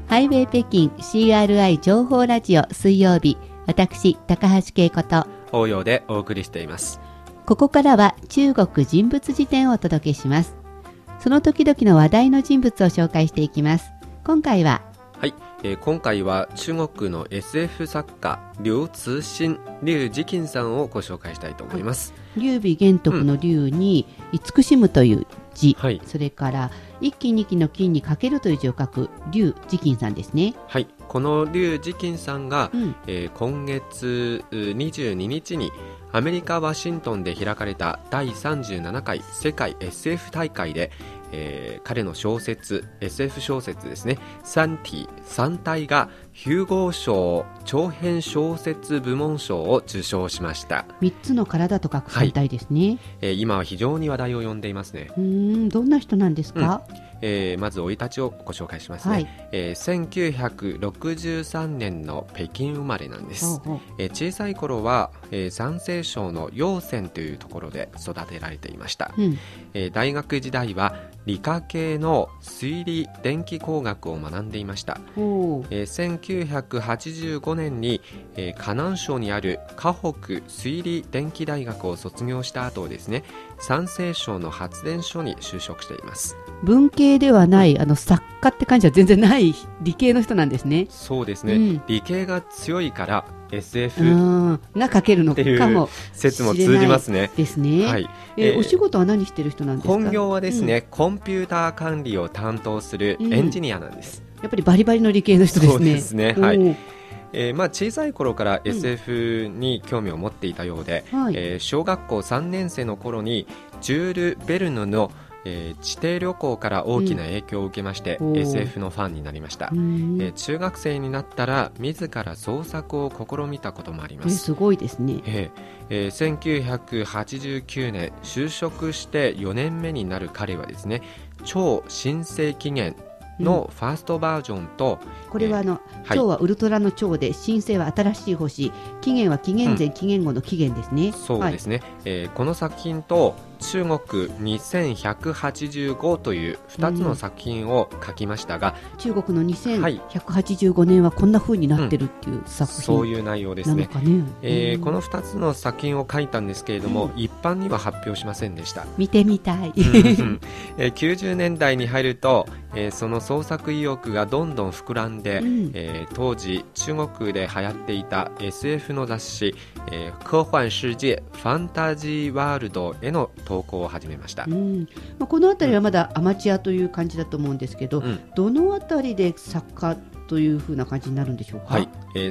ハイウェイ北京 CRI 情報ラジオ水曜日、私高橋恵子と応用でお送りしています。 ここからは中国人物辞典をお届けします。その時々の話題の人物を紹介していきます。今回は今回は中国の SF 作家劉慈欣、劉慈欣さんをご紹介したいと思います。 劉備玄徳の劉に、慈しむという字、それから一金二金の金にかけるという字を書く劉慈欣さんですね。 はい、この劉慈欣さんが、今月22日にアメリカ・ワシントンで開かれた第37回世界 SF 大会で、彼の小説 SF 小説ですね、三体がヒューゴー賞長編小説部門賞を受賞しました。 3つの体と書く三体ですね。 今は非常に話題を呼んでいますね。 どんな人なんですか？ まず生い立ちをご紹介しますね。1963年の北京生まれなんです。小さい頃は、山西省の陽泉というところで育てられていました。大学時代は理科系の水理電気工学を学んでいました。1985年に、河南省にある河北水理電気大学を卒業した後ですね、山西省の発電所に就職しています。 文系ではない、作家って感じは全然ない理系の人なんですね。 そうですね、理系が強いから SF が書けるのかも説も通じますね。 ですね。お仕事は何してる人なんですか？ 本業はですね、コンピューター管理を担当するエンジニアなんです。 やっぱりバリバリの理系の人ですね。 そうですね、はい。小さい頃から SF に興味を持っていたようで、小学校3年生の頃にジュール・ベルヌの地底旅行から大きな影響を受けまして、SF のファンになりました。中学生になったら自ら創作を試みたこともあります。 すごいですね。 1989年就職して4年目になる彼はですね、超新星紀元のファーストバージョンと、 これは超はウルトラの超で、新星は新しい星、紀元は紀元前、紀元後の紀元ですね。 そうですね、この作品と中国2185という2つの作品を書きましたが、 中国の2185年はこんな風になってるっていう作品、 そういう内容ですね。この2つの作品を書いたんですけれども、一般には発表しませんでした。 見てみたい。 90年代に入ると、その創作意欲がどんどん膨らんで、当時中国で流行っていた SF の雑誌、科幻世界ファンタジーワールドへの投稿を始めました。 このあたりはまだアマチュアという感じだと思うんですけど、どのあたりで作家というふうな感じになるんでしょうか？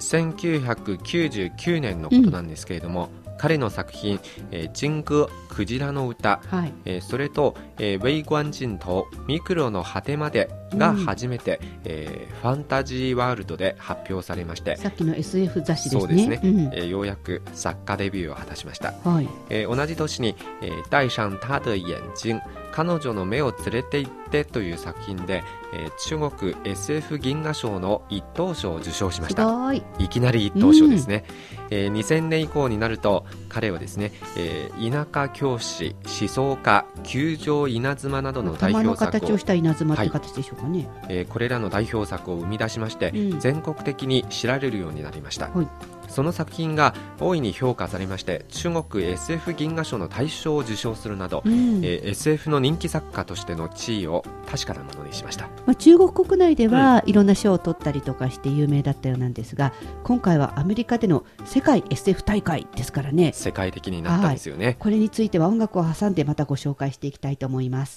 1999年のことなんですけれども、彼の作品金戈クジラの歌、それと微观尽頭ミクロの果てまでが初めて、ファンタジーワールドで発表されまして、 さっきの SF 雑誌ですね。 そうですね、ようやく作家デビューを果たしました。同じ年に戴上他的眼睛、彼女の目を連れて行ってという作品で、中国 SF 銀河賞の一等賞を受賞しました。いきなり一等賞ですね。2000年以降になると彼はですね、田舎教師、思想家、球場稲妻などの代表作を、 玉の形をした稲妻って形でしょうかね。 これらの代表作を生み出しまして、全国的に知られるようになりました。その作品が大いに評価されまして、中国 SF 銀河賞の大賞を受賞するなど、SF の人気作家としての地位を確かなものにしました。 中国国内ではいろんな賞を取ったりとかして有名だったようなんですが、今回はアメリカでの世界 SF 大会ですからね。 世界的になったんですよね。 これについては音楽を挟んでまたご紹介していきたいと思います。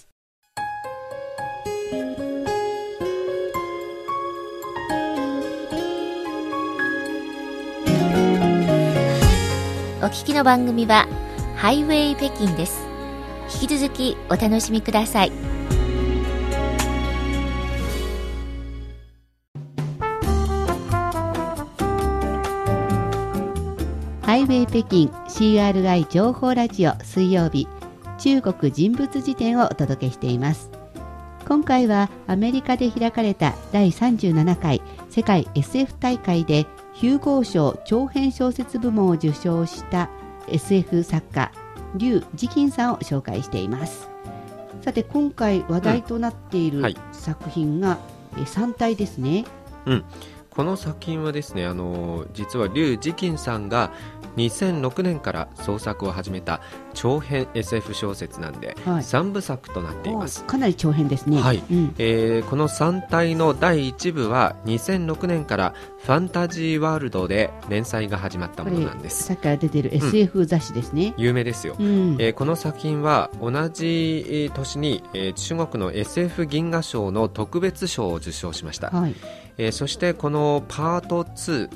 お聞きの番組はハイウェイ北京です。引き続きお楽しみください。 ハイウェイ北京 CRI 情報ラジオ水曜日、中国人物辞典をお届けしています。今回はアメリカで開かれた第37回世界 SF 大会でヒューゴー賞長編小説部門を受賞した SF 作家劉慈欣さんを紹介しています。さて今回話題となっている作品が、三体ですね。 この作品はですね、実は劉慈欣さんが2006年から創作を始めた長編 SF 小説なんで、3部作となっています。 かなり長編ですね。 はい、この3体の第1部は2006年からファンタジーワールドで連載が始まったものなんです。 さっきから出てる SF 雑誌ですね。 有名ですよ。この作品は同じ年に、中国の SF 銀河賞の特別賞を受賞しました。そしてこのパート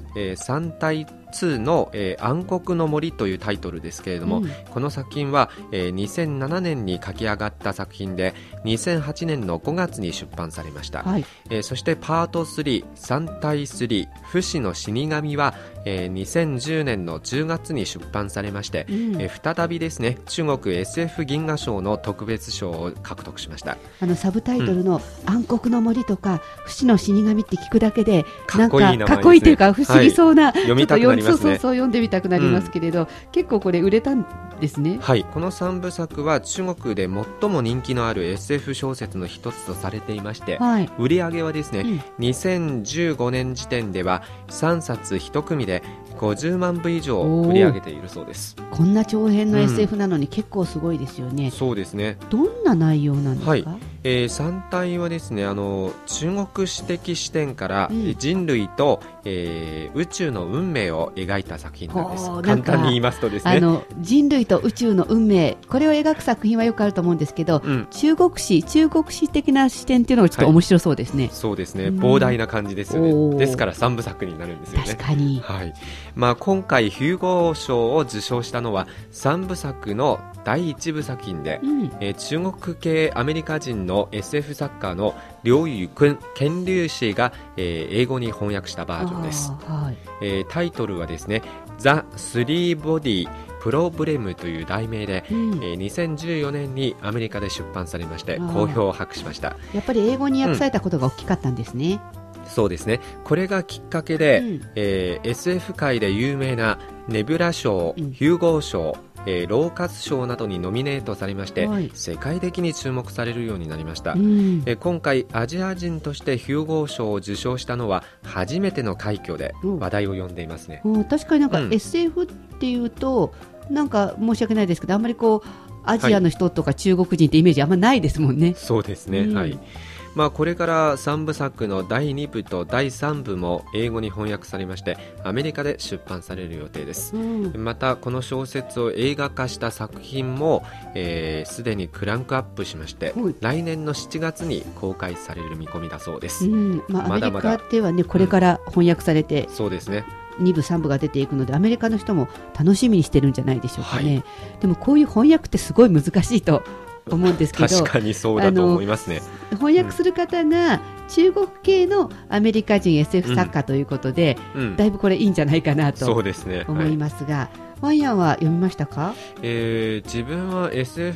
2、3体2の、暗黒の森というタイトルですけれども、この作品は、2007年に書き上がった作品で2008年の5月に出版されました。そしてパート3、3体3不死の死神は、2010年の10月に出版されまして、再びですね、中国 SF 銀河賞の特別賞を獲得しました。 サブタイトルの暗黒の森とか不死の死神って聞くだけでかっこいい名前ですね。 かっこいいというか不思議そうな、 読みたくなりますね。 そう読んでみたくなりますけれど、結構これ売れたんですね。 この3部作は中国で最も人気のある SF 小説の一つとされていまして、売り上げはですね、2015年時点では3冊1組で50万部以上売り上げているそうです。 こんな長編の SF なのに結構すごいですよね。 そうですね。 どんな内容なんですか。 3体はですね、中国史的視点から人類と、宇宙の運命を描いた作品なんです。簡単に言いますとですね、 人類と宇宙の運命、これを描く作品はよくあると思うんですけど、中国史的な視点っていうのがちょっと面白そうですね。 そうですね、膨大な感じですよね。ですから3部作になるんですよね。 確かに。 今回ヒューゴー賞を受賞したのは3部作の第1部作品で、中国系アメリカ人の SF 作家の劉宇健劉氏が、英語に翻訳したバージョンです。タイトルはですね、The Three Body Problem という題名で、2014年にアメリカで出版されまして好評を博しました。 やっぱり英語に訳されたことが大きかったんですね。 そうですね。これがきっかけで、SF 界で有名なネビュラ賞、ヒューゴー賞、ローカス賞などにノミネートされまして、世界的に注目されるようになりました。今回アジア人としてヒューゴー賞を受賞したのは初めての快挙で話題を呼んでいますね。 確かになんか SF っていうと、なんか申し訳ないですけど、あんまりこうアジアの人とか中国人ってイメージあんまないですもんね。 そうですね。これから3部作の第2部と第3部も英語に翻訳されましてアメリカで出版される予定です。またこの小説を映画化した作品もすでにクランクアップしまして、来年の7月に公開される見込みだそうです。 アメリカではね、これから翻訳されて、 そうですね、 2部3部が出ていくのでアメリカの人も楽しみにしてるんじゃないでしょうかね。でもこういう翻訳ってすごい難しいと思うんですけど、 確かにそうだと思いますね。 翻訳する方が中国系のアメリカ人 SF 作家ということで、だいぶこれいいんじゃないかなと思いますが、ワンヤンは読みましたか。 自分は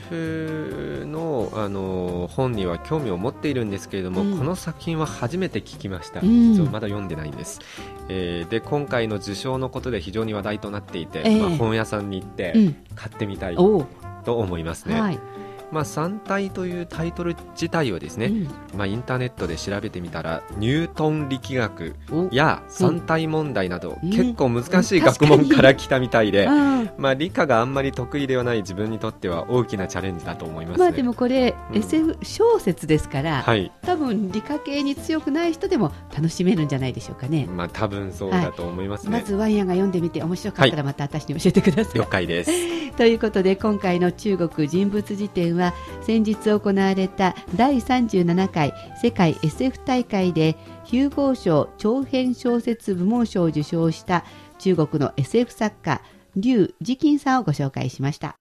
SF の、本には興味を持っているんですけれども、この作品は初めて聞きました。まだ読んでないんです。で今回の受賞のことで非常に話題となっていて、本屋さんに行って買ってみたいと思いますね。3体というタイトル自体はですね、インターネットで調べてみたらニュートン力学や3体問題など、結構難しい学問から来たみたいで、理科があんまり得意ではない自分にとっては大きなチャレンジだと思いますね。 でもこれ、SF 小説ですから、多分理科系に強くない人でも楽しめるんじゃないでしょうかね。 多分そうだと思いますね。 まずワンヤンが読んでみて面白かったらまた私に教えてください。 了解です。 ということで今回の中国人物辞典は先日行われた第37回世界 SF 大会でヒューゴー賞長編小説部門賞を受賞した中国の SF 作家劉慈欣さんをご紹介しました。